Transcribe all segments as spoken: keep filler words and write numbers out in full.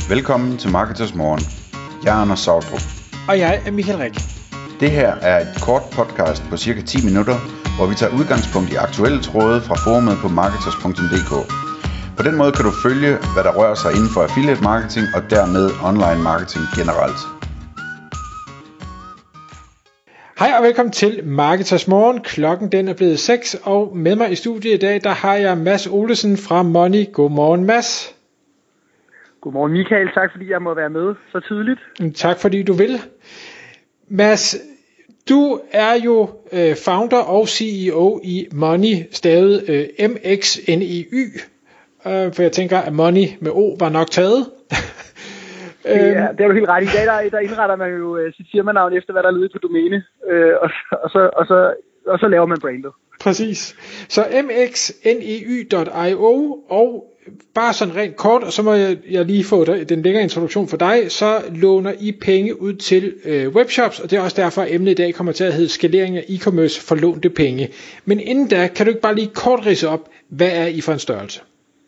Velkommen til Marketers Morgen. Jeg er Anders Sautrup. Og jeg er Michael Rik. Det her er et kort podcast på cirka ti minutter, hvor vi tager udgangspunkt i aktuelle tråde fra forumet på marketers punktum d k. På den måde kan du følge, hvad der rører sig inden for affiliate marketing og dermed online marketing generelt. Hej og velkommen til Marketers Morgen. Klokken den er blevet seks, og med mig i studiet i dag, der har jeg Mads Olesen fra Money. Godmorgen, Mads. Godmorgen, Michael. Tak fordi jeg må være med så tidligt. Tak fordi du vil. Mads, du er jo øh, founder og C E O i Money, stavet øh, M X N E Y. Øh, for jeg tænker, at Money med O var nok taget. Ja, det er du helt ret. I dag der, der indretter man jo uh, sit firmanavn efter, hvad der er lydet på domæne, uh, og, og, så, og, så, og så laver man brandet. Præcis. Så M X N E Y punktum i o, og bare sådan rent kort, og så må jeg, jeg lige få den længere introduktion for dig, så låner I penge ud til øh, webshops, og det er også derfor, at emnet i dag kommer til at hedde skalering af e-commerce for lånte penge. Men inden da, kan du ikke bare lige kort ridse op, hvad er I for en størrelse?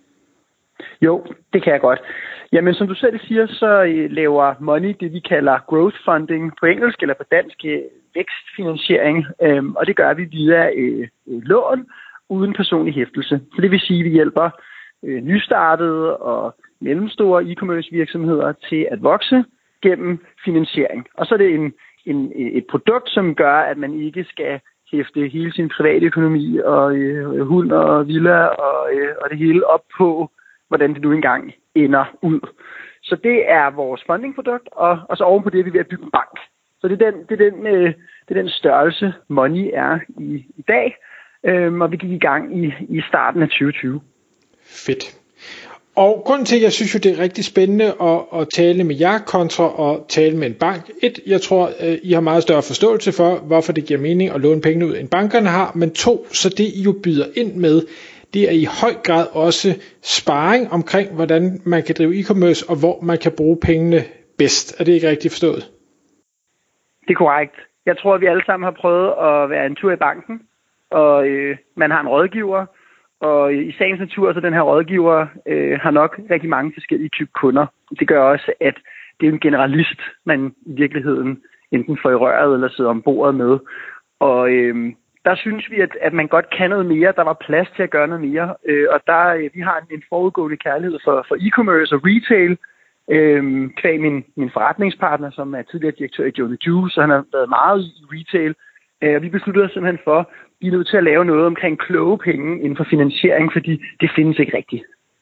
Jo, det kan jeg godt. Jamen, som du selv siger, så laver Money det, vi kalder growth funding på engelsk, eller på dansk vækstfinansiering, øhm, og det gør vi via øh, lån uden personlig hæftelse. Så det vil sige, at vi hjælper øh, nystartede og mellemstore e-commerce virksomheder til at vokse gennem finansiering. Og så er det en, en, et produkt, som gør, at man ikke skal hæfte hele sin private økonomi og øh, hund og villa og, øh, og det hele op på, hvordan det nu engang ender ud. Så det er vores fundingprodukt, og, og så ovenpå det er vi ved at bygge en bank. Så det er den, det er den, øh, det er den størrelse, Money er i, i dag, øhm, og vi gik i gang i, i starten af tyve tyve. Fedt. Og grunden til, at jeg synes jo, det er rigtig spændende at, at tale med jer kontra at tale med en bank. Et, jeg tror, I har meget større forståelse for, hvorfor det giver mening at låne pengene ud, end bankerne har. Men to, så det I jo byder ind med, det er i høj grad også sparring omkring, hvordan man kan drive e-commerce, og hvor man kan bruge pengene bedst. Er det ikke rigtigt forstået? Det er korrekt. Jeg tror, at vi alle sammen har prøvet at være en tur i banken, og øh, man har en rådgiver, og i sagens natur, så den her rådgiver øh, har nok rigtig mange forskellige typer kunder. Det gør også, at det er en generalist, man i virkeligheden enten får i røret eller sidder om bordet med. Og øh, der synes vi, at, at man godt kan noget mere. Der var plads til at gøre noget mere. Øh, og der, øh, vi har en, en forudgående kærlighed for, for e-commerce og retail. Øh, kvæg min, min forretningspartner, som er tidligere direktør i Joe the Juice, så han har været meget i retail. Øh, og vi besluttede os simpelthen for, at vi er nødt til at lave noget omkring kloge penge inden for finansiering, fordi det findes ikke rigtigt.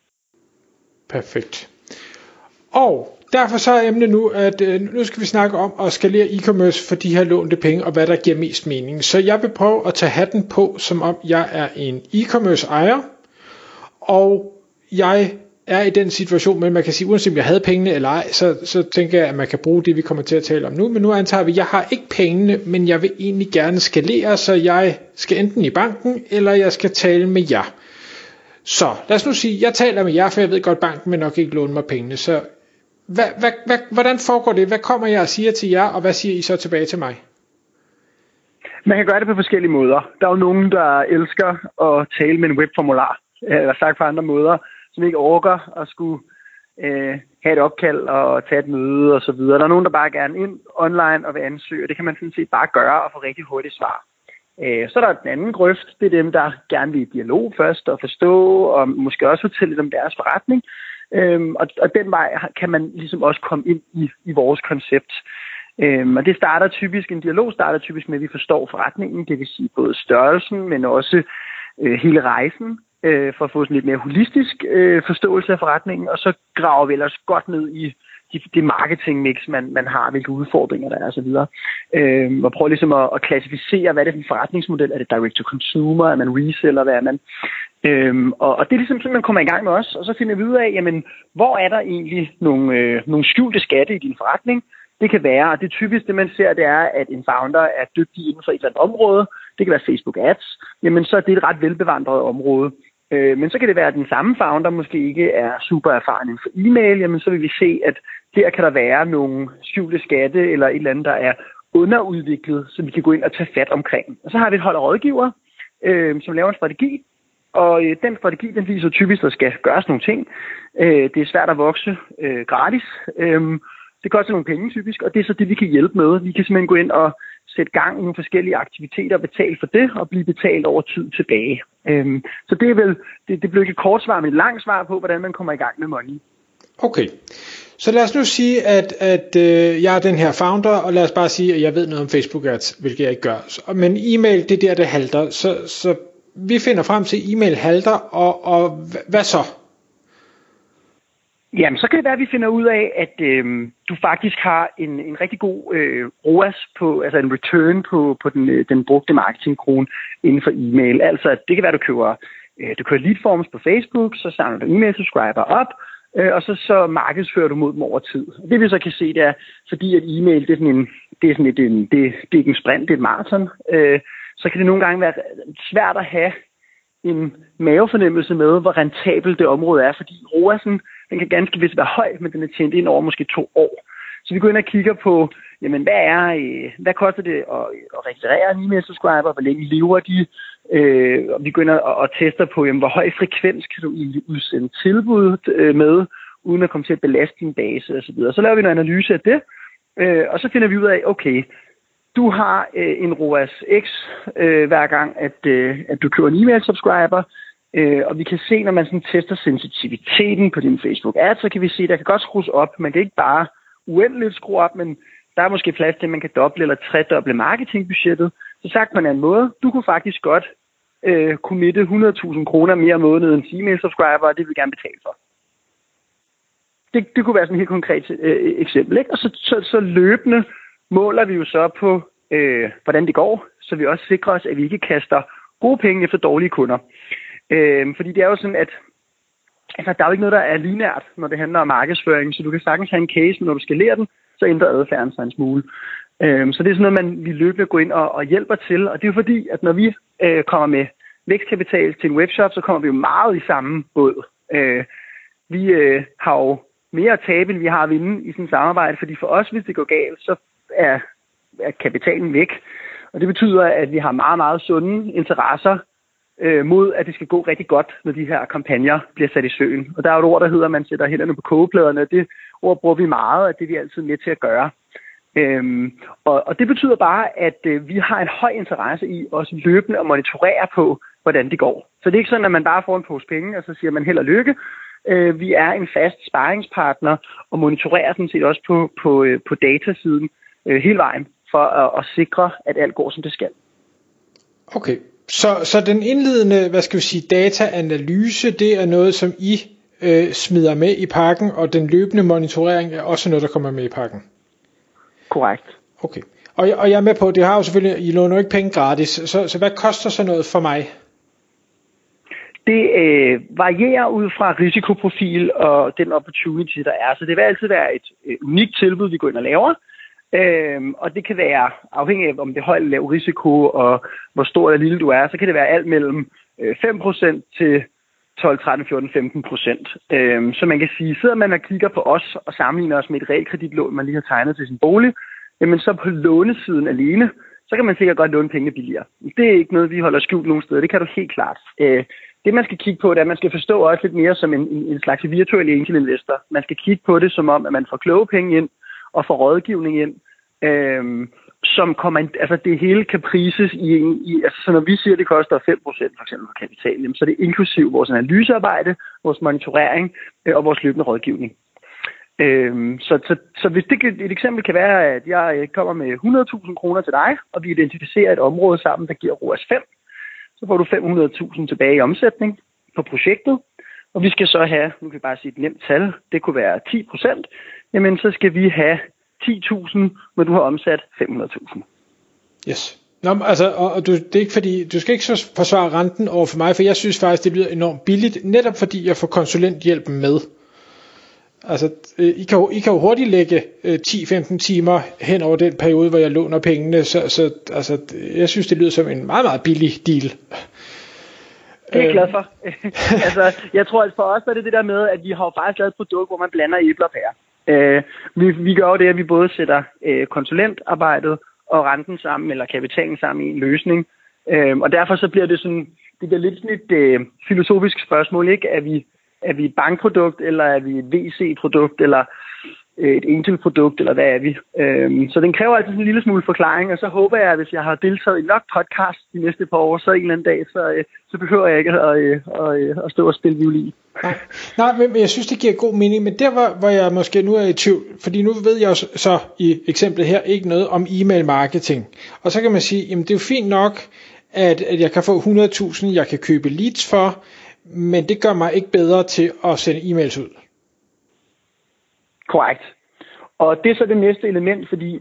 Perfekt. Og derfor så er emnet nu, at øh, nu skal vi snakke om at skalere e-commerce for de her lånte penge, og hvad der giver mest mening. Så jeg vil prøve at tage hatten på, som om jeg er en e-commerce ejer, og jeg er i den situation, men man kan sige, uanset om jeg havde pengene eller ej, så, så tænker jeg, at man kan bruge det, vi kommer til at tale om nu. Men nu antager vi, at jeg har ikke pengene, men jeg vil egentlig gerne skalere, så jeg skal enten i banken, eller jeg skal tale med jer. Så lad os nu sige, at jeg taler med jer, for jeg ved godt, at banken vil nok ikke låne mig pengene. Så hvad, hvad, hvad, hvordan foregår det? Hvad kommer jeg og siger til jer, og hvad siger I så tilbage til mig? Man kan gøre det på forskellige måder. Der er jo nogen, der elsker at tale med en webformular, eller sagt på andre måder, som ikke orker at skulle øh, have et opkald og tage et møde og så videre. Der er nogen, der bare gerne ind online og vil ansøge. Det kan man sådan set bare gøre og få rigtig hurtigt svar. Øh, så er der den anden grøft. Det er dem, der gerne vil i dialog først og forstå, og måske også fortælle lidt om deres forretning. Øhm, og, og den vej kan man ligesom også komme ind i, i vores koncept. Øhm, og det starter typisk, en dialog starter typisk med, at vi forstår forretningen. Det vil sige både størrelsen, men også øh, hele rejsen. For at få sådan lidt mere holistisk øh, forståelse af forretningen, og så graver vi ellers godt ned i de, det marketingmix, man, man har, hvilke udfordringer der er osv. Øh, og prøver ligesom at, at klassificere, hvad er det for en forretningsmodel? Er det direct to consumer? Er man reseller? Hvad er man? Øh, og, og det er ligesom sådan, man kommer i gang med os, og så finder vi ud af, jamen, hvor er der egentlig nogle, øh, nogle skjulte skatte i din forretning? Det kan være, og det typisk det, man ser, det er, at en founder er dygtig inden for et eller andet område. Det kan være Facebook Ads. Jamen, så er det et ret velbevandret område. Øh, men så kan det være, at den samme founder måske ikke er super erfaren inden for e-mail. Jamen, så vil vi se, at der kan der være nogle skjulte skatte eller et eller andet, der er underudviklet, så vi kan gå ind og tage fat omkring. Og så har vi et hold af rådgivere, øh, som laver en strategi. Og øh, den strategi, den viser typisk, at der skal gøres nogle ting. Øh, det er svært at vokse øh, gratis. Øh, det koster nogle penge typisk, og det er så det, vi kan hjælpe med. Vi kan simpelthen gå ind og sætte gang i nogle forskellige aktiviteter, betale for det, og blive betalt over tid tilbage. Øh, så det er vel, det, det bliver ikke et kort svar, men et langt svar på, hvordan man kommer i gang med Money. Okay. Så lad os nu sige, at, at øh, jeg er den her founder, og lad os bare sige, at jeg ved noget om Facebook Ads, hvilket jeg ikke gør. Men e-mail, det er der, det halter. Så, så vi finder frem til, at e-mail halter, og, og hvad så? Jamen, så kan det være, at vi finder ud af, at øh, du faktisk har en, en rigtig god øh, R O A S, på, altså en return på, på den, den brugte marketingkrone inden for e-mail. Altså, det kan være, at du køber, øh, du køber lead forms på Facebook, så samler du e-mail subscriber op, og så, så markedsfører du mod dem over tid. Det vi så kan se, det er, fordi at e-mail, det er sådan en, det er sådan et, en, det, det er ikke en sprint, det er et maraton, øh, så kan det nogle gange være svært at have en mavefornemmelse med, hvor rentabelt det område er, fordi R O A S'en, den kan ganske vist være høj, men den er tjent ind over måske to år. Så vi går ind og kigger på, jamen hvad er, hvad koster det at, at registrere en e-mail subscriber, hvor længe lever de, øh, og vi går ind og, og tester på, jamen, hvor høj frekvens kan du egentlig udsende tilbud øh, med, uden at komme til at belaste din base osv. Så, så laver vi en analyse af det, øh, og så finder vi ud af, okay, du har øh, en R O A S X øh, hver gang, at, øh, at du køber en e-mail subscriber, øh, og vi kan se, når man sådan tester sensitiviteten på din Facebook Ads, så kan vi se, at der kan godt skrues op. Man kan ikke bare uendeligt skrue op, men der er måske plads til, at man kan doble eller tredoble marketingbudgettet. Så sagt på en anden måde, du kunne faktisk godt øh, committe hundrede tusind kroner mere om måneden end e-mail subscriber, og det vil vi gerne betale for. Det, det kunne være sådan et helt konkret øh, eksempel, ikke? Og så, så, så løbende måler vi jo så på, øh, hvordan det går, så vi også sikrer os, at vi ikke kaster gode penge efter dårlige kunder. Øh, fordi det er jo sådan, at altså, der er jo ikke noget, der er lineært, når det handler om markedsføring, så du kan sagtens have en case, når du skalerer den, så ændrer adfærden sig en smule. Øh, så det er sådan noget, man vi løbende går ind og, og hjælper til, og det er jo fordi, at når vi øh, kommer med vækstkapital til en webshop, så kommer vi jo meget i samme båd. Øh, vi øh, har jo mere at tabe, end vi har at vinde i sådan et samarbejde, fordi for os, hvis det går galt, så er, er kapitalen væk. Og det betyder, at vi har meget, meget sunde interesser øh, mod, at det skal gå rigtig godt, når de her kampagner bliver sat i søen. Og der er jo et ord, der hedder, at man sætter hænderne på kogepladerne, og det ord bruger vi meget, og det er vi altid med til at gøre. Øhm, og, og det betyder bare, at øh, vi har en høj interesse i også løbende at monitorere på, hvordan det går. Så det er ikke sådan, at man bare får en pose penge, og så siger man held og lykke. Øh, vi er en fast sparringspartner og monitorerer sådan set også på, på, øh, på datasiden øh, hele vejen for at, at sikre, at alt går, som det skal. Okay, så, så den indledende, hvad skal vi sige, dataanalyse, det er noget, som I øh, smider med i pakken, og den løbende monitorering er også noget, der kommer med i pakken? Korrekt. Okay, og, og jeg er med på, det har jo selvfølgelig, I låner ikke penge gratis, så, så hvad koster så noget for mig? Det øh, varierer ud fra risikoprofil og den opportunity, der er. Så det vil altid være et øh, unikt tilbud, vi går ind og laver. Øhm, og det kan være afhængig af, om det er høj eller lav risiko, og hvor stor eller lille du er, så kan det være alt mellem øh, fem procent til tolv, tretten, fjorten, femten procent. Øhm, så man kan sige, sidder man og kigger på os og sammenligner os med et realkreditlån, man lige har tegnet til sin bolig, jamen så på lånesiden alene, så kan man sikkert godt låne pengene billigere. Det er ikke noget, vi holder skjult nogen steder. Det kan du helt klart. Øh, det man skal kigge på, det er, at man skal forstå også lidt mere som en, en, en slags virtuel angel investor. Man skal kigge på det som om, at man får kloge penge ind og får rådgivning ind, øhm, som kommer ind, altså det hele kan prises i, i altså så når vi siger, at det koster fem procent for eksempel for kapital, jamen, så er det inklusiv vores analysearbejde, vores monitorering øh, og vores løbende rådgivning. Øhm, så, så, så hvis det, et eksempel kan være, at jeg kommer med hundrede tusind kroner til dig, og vi identificerer et område sammen, der giver R O A S fem, så får du fem hundrede tusind tilbage i omsætning på projektet, og vi skal så have, nu kan vi bare sige et nemt tal, det kunne være ti procent, jamen så skal vi have ti tusind, når du har omsat fem hundrede tusind. Yes. Nå, altså, og, og du, det er ikke fordi, du skal ikke så forsvare renten over for mig, for jeg synes faktisk, det lyder enormt billigt, netop fordi jeg får konsulenthjælpen med. Altså, I kan, I kan jo hurtigt lægge ti til femten timer hen over den periode, hvor jeg låner pengene, så, så altså, jeg synes, det lyder som en meget, meget billig deal. Det er jeg glad for. altså, jeg tror, at for os er det det der med, at vi har faktisk lavet et produkt, hvor man blander æbler og pærer. Uh, vi, vi gør jo det, at vi både sætter uh, konsulentarbejdet og renten sammen, eller kapitalen sammen i en løsning. Uh, og derfor så bliver det sådan det bliver lidt sådan et øh, filosofisk spørgsmål, ikke? Er vi, er vi et bankprodukt, eller er vi et V C-produkt, eller et enkeltprodukt, eller hvad er vi? Øhm, så den kræver altid en lille smule forklaring, og så håber jeg, at hvis jeg har deltaget i nok podcast de næste par år, så en eller anden dag, så, øh, så behøver jeg ikke at, øh, at, at stå og spille violin. Nej, Nej, men jeg synes, det giver god mening, men der hvor, hvor jeg måske nu er i tvivl, fordi nu ved jeg jo så i eksemplet her ikke noget om e-mail marketing, og så kan man sige, jamen det er jo fint nok, at, at jeg kan få hundrede tusind, jeg kan købe leads for, men det gør mig ikke bedre til at sende e-mails ud. Korrekt. Og det er så det næste element, fordi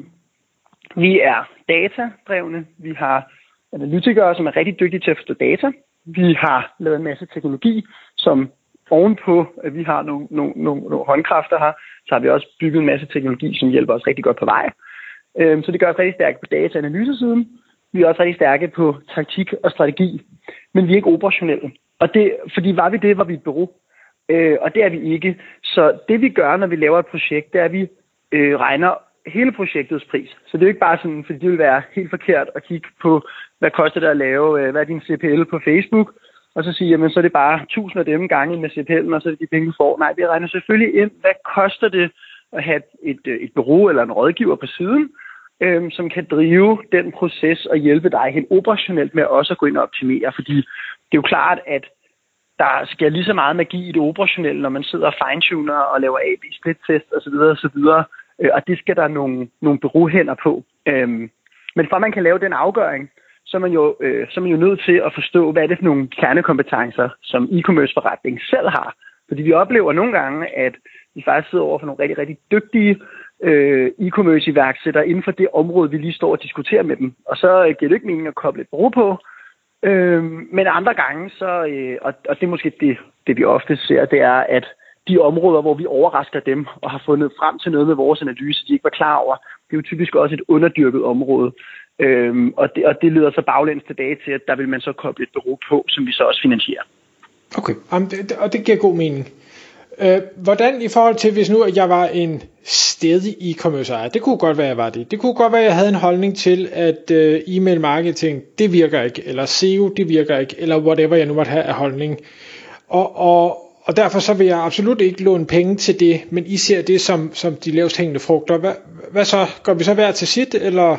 vi er datadrevne, vi har analytikere, som er rigtig dygtige til at forstå data, vi har lavet en masse teknologi, som ovenpå, at vi har nogle, nogle, nogle, nogle håndkræfter her, så har vi også bygget en masse teknologi, som hjælper os rigtig godt på vej. Så det gør os rigtig stærke på data- og analysesiden. Vi er også rigtig stærke på taktik og strategi, men vi er ikke operationelle. Og det, fordi var vi det, var vi et bureau. Øh, og det er vi ikke. Så det vi gør, når vi laver et projekt, det er, at vi øh, regner hele projektets pris. Så det er jo ikke bare sådan, fordi det vil være helt forkert at kigge på, hvad koster det at lave, øh, hvad er din C P L på Facebook, og så sige, jamen så er det bare tusind af dem gange med C P L'en, og så er det de penge, du får. Nej, vi regner selvfølgelig ind, hvad koster det at have et, et, et bureau eller en rådgiver på siden, øh, som kan drive den proces og hjælpe dig helt operationelt med også at gå ind og optimere, fordi det er jo klart, at der sker lige så meget magi i det operationelle, når man sidder og fine-tuner og laver A B split-test osv. osv. Og det skal der nogle, nogle bureauhænder på. Øhm, men for at man kan lave den afgøring, så er, man jo, øh, så er man jo nødt til at forstå, hvad er det for nogle kernekompetencer, som e-commerce forretning selv har. Fordi vi oplever nogle gange, at vi faktisk sidder over for nogle rigtig, rigtig dygtige øh, e-commerce iværksættere inden for det område, vi lige står og diskuterer med dem. Og så øh, giver det ikke mening at koble et bureau på. Øhm, men andre gange, så, øh, og, og det er måske det, det, vi ofte ser, det er, at de områder, hvor vi overrasker dem og har fundet frem til noget med vores analyse, de ikke var klar over, det er jo typisk også et underdyrket område. Øhm, og, det, og det leder så baglæns tilbage til, at der vil man så koble et bureau på, som vi så også finansierer. Okay, og det giver god mening. Øh, hvordan i forhold til, hvis nu jeg var en stedig e-commerce ejer, det kunne godt være, jeg var det. Det kunne godt være, jeg havde en holdning til, at øh, e-mail marketing, det virker ikke, eller S E O, det virker ikke, eller whatever jeg nu måtte have af holdning. Og, og, og derfor så vil jeg absolut ikke låne penge til det, men I ser det som, som de lavest hængende frugter. Hvad, hvad så? Går vi så hver til sit, eller?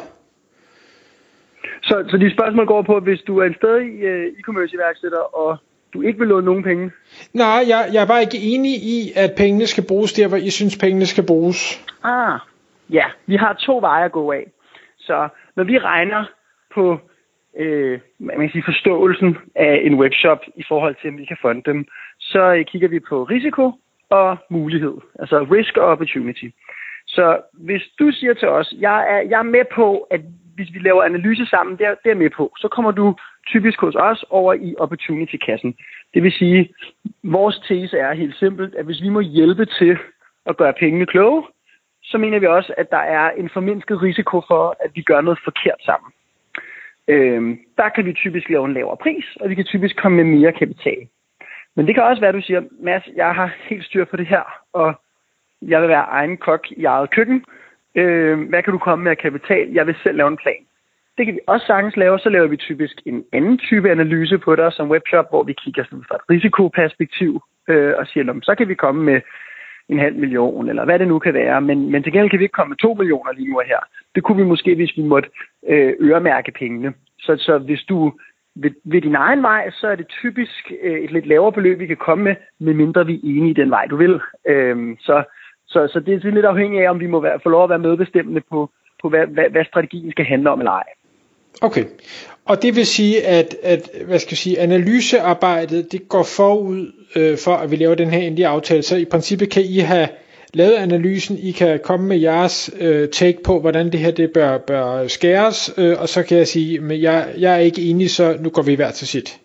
Så, så de spørgsmål går på, at hvis du er en stedig uh, e-commerce iværksætter, og du ikke vil låne nogen penge? Nej, jeg, jeg er bare ikke enig i, at pengene skal bruges der, hvor I synes, pengene skal bruges. Ah, ja. Vi har to veje at gå af. Så når vi regner på øh, man kan sige, forståelsen af en webshop i forhold til, om vi kan funde dem, så øh, kigger vi på risiko og mulighed. Altså risk og opportunity. Så hvis du siger til os, jeg er, jeg er med på, at hvis vi laver analyse sammen, det er, det er med på, så kommer du typisk hos os over i opportunity-kassen. Det vil sige, vores tese er helt simpelt, at hvis vi må hjælpe til at gøre pengene kloge, så mener vi også, at der er en formindsket risiko for, at vi gør noget forkert sammen. Øhm, der kan vi typisk lave en lavere pris, og vi kan typisk komme med mere kapital. Men det kan også være, at du siger, Mads, jeg har helt styr på det her, og jeg vil være egen kok i eget køkken. Øh, hvad kan du komme med af kapital? Jeg vil selv lave en plan. Det kan vi også sagtens lave. Så laver vi typisk en anden type analyse på dig som webshop, hvor vi kigger sådan fra et risikoperspektiv øh, og siger, så kan vi komme med en halv million, eller hvad det nu kan være. Men, men til gengæld kan vi ikke komme med to millioner lige nu her. Det kunne vi måske, hvis vi måtte øh, øremærke pengene. Så, så hvis du ved, ved din egen vej, så er det typisk øh, et lidt lavere beløb, vi kan komme med, medmindre vi er enige i den vej, du vil. Øh, så Så, så det er lidt afhængigt af, om vi må være, få lov at være medbestemmende på, på hvad, hvad, hvad strategien skal handle om eller ej. Okay, og det vil sige, at, at hvad skal jeg sige, analysearbejdet det går forud øh, for, at vi laver den her endelige aftale. Så i princippet kan I have lavet analysen, I kan komme med jeres øh, take på, hvordan det her det bør, bør skæres, øh, og så kan jeg sige, at jeg, jeg er ikke enig, så nu går vi hver til sit.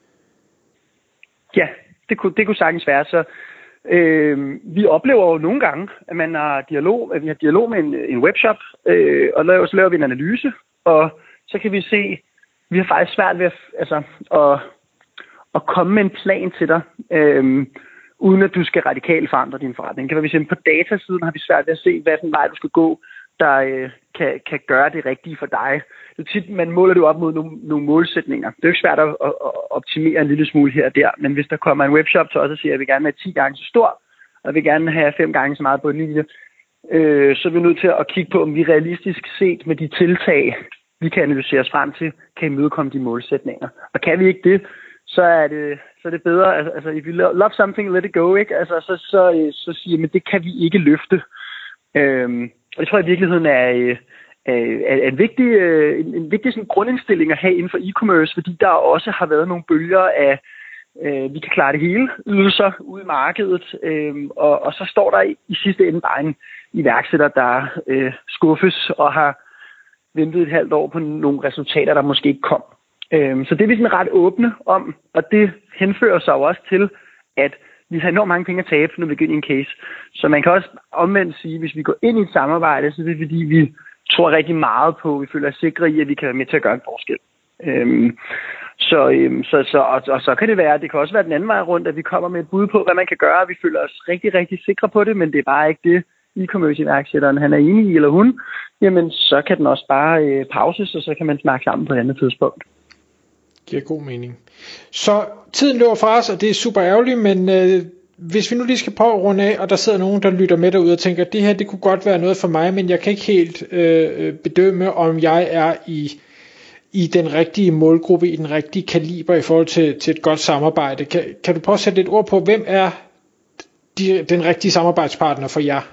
Ja, det kunne, det kunne sagtens være så. Øh, vi oplever jo nogle gange, at man har dialog, at vi har dialog med en, en webshop, øh, og laver, så laver vi en analyse, og så kan vi se, at vi har faktisk svært ved at, altså, at, at komme med en plan til dig, øh, uden at du skal radikalt forandre din forretning. Kan vi sige, på datasiden har vi svært ved at se, hvad den vej du skal gå, der øh, kan, kan gøre det rigtige for dig. Det er tit, man måler det op mod nogle, nogle målsætninger. Det er jo ikke svært at, at, at optimere en lille smule her og der, men hvis der kommer en webshop til os og siger, at jeg vil gerne have ti gange så stor, og jeg vil gerne have fem gange så meget på en linje, øh, så er vi nødt til at kigge på, om vi realistisk set med de tiltag, vi kan analysere os frem til, kan imødekomme de målsætninger. Og kan vi ikke det, så er det, så er det bedre, altså if you love something, let it go, ikke? Altså, så, så, så, så siger man, det kan vi ikke løfte. Øhm, og det tror jeg i virkeligheden er, er, er en vigtig, en, en vigtig sådan, grundindstilling at have inden for e-commerce, fordi der også har været nogle bølger af, øh, vi kan klare det hele, ydelser ude i markedet, øh, og, og så står der i, i sidste ende bare en iværksætter, der øh, skuffes og har ventet et halvt år på nogle resultater, der måske ikke kom. Øh, så det er vi sådan ret åbne om, og det henfører sig jo også til, at vi har enormt mange penge at tabe, når vi går ind i en case. Så man kan også omvendt sige, at hvis vi går ind i et samarbejde, så er det fordi, vi tror rigtig meget på, vi føler os sikre i, at vi kan være med til at gøre en forskel. Øhm, så, øhm, så, så, og, og så kan det være, det kan også være den anden vej rundt, at vi kommer med et bud på, hvad man kan gøre. Vi føler os rigtig, rigtig sikre på det, men det er bare ikke det, e-commerce-iværksætteren han er enig i, eller hun. Jamen, så kan den også bare øh, pauses, og så kan man snakke sammen på et andet tidspunkt. Giver god mening. Så tiden løber fra os, og det er super ærgerligt, men øh, hvis vi nu lige skal prøve at runde af, og der sidder nogen, der lytter med derude og tænker, det her det kunne godt være noget for mig, men jeg kan ikke helt øh, bedømme, om jeg er i, i den rigtige målgruppe, i den rigtige kaliber i forhold til, til et godt samarbejde. Kan, kan du prøve at sætte lidt ord på, hvem er de, den rigtige samarbejdspartner for jer?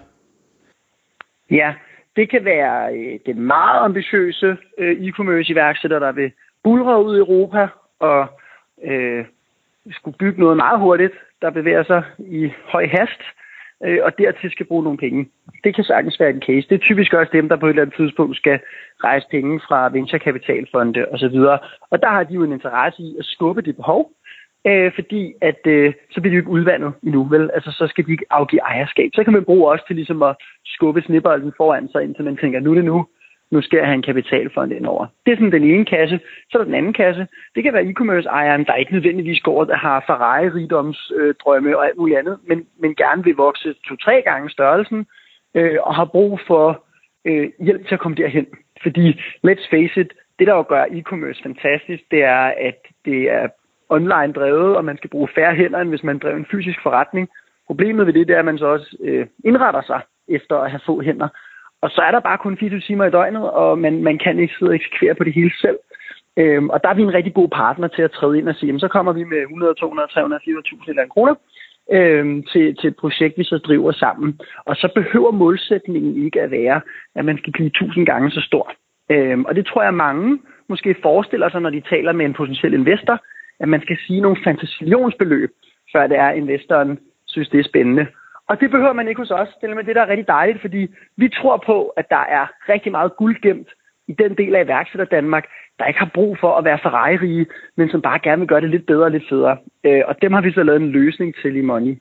Ja, det kan være øh, det meget ambitiøse øh, e-commerce iværksætter, der vil bulre ud i Europa og øh, skulle bygge noget meget hurtigt, der bevæger sig i høj hast, øh, og dertil skal bruge nogle penge. Det kan sagtens være en case. Det er typisk også dem, der på et eller andet tidspunkt skal rejse penge fra venturekapitalfonde osv. Og der har de jo en interesse i at skubbe det behov, øh, fordi at øh, så bliver de jo ikke udvandet endnu, vel? Altså så skal de ikke afgive ejerskab. Så kan man bruge også til ligesom at skubbe snibbolden foran sig, indtil man tænker, nu er det nu. Nu skal jeg have en kapitalfond indover. Det er sådan den ene kasse. Så er der den anden kasse. Det kan være e-commerce-ejeren, der ikke nødvendigvis går og har Ferrari-rigdomsdrømme og alt muligt andet, men, men gerne vil vokse to-tre gange størrelsen øh, og har brug for øh, hjælp til at komme derhen. Fordi, let's face it, det der jo gør e-commerce fantastisk, det er, at det er online drevet, og man skal bruge færre hænder, end hvis man driver en fysisk forretning. Problemet ved det, det er, at man så også øh, indretter sig efter at have få hænder. Og så er der bare kun fireogtyve timer i døgnet, og man, man kan ikke sidde og eksekvere på det hele selv. Øhm, og der er vi en rigtig god partner til at træde ind og sige, jamen, så kommer vi med hundrede, to hundrede, tre hundrede, fire hundrede tusind eller en kroner øhm, til, til et projekt, vi så driver sammen. Og så behøver målsætningen ikke at være, at man skal blive tusind gange så stor. Øhm, og det tror jeg mange måske forestiller sig, når de taler med en potentiel investor, at man skal sige nogle fantasilionsbeløb, før det er, investoren synes, det er spændende. Og det behøver man ikke hos os. Det er det, der er rigtig dejligt, fordi vi tror på, at der er rigtig meget guld gemt i den del af iværksætter Danmark, der ikke har brug for at være Ferrari-rige, men som bare gerne vil gøre det lidt bedre og lidt federe. Og dem har vi så lavet en løsning til i Money.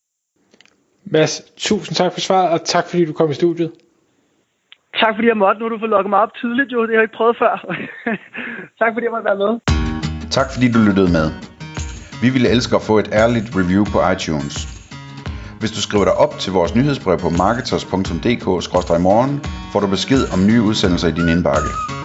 Mads, tusind tak for svaret, og tak fordi du kom i studiet. Tak fordi jeg måtte. Nu har du fået lukket mig op tidligt, jo. Det har jeg ikke prøvet før. Tak fordi jeg måtte være med. Tak fordi du lyttede med. Vi ville elske at få et ærligt review på iTunes. Hvis du skriver dig op til vores nyhedsbrev på marketers punktum d k skråstreg morgen, får du besked om nye udsendelser i din indbakke.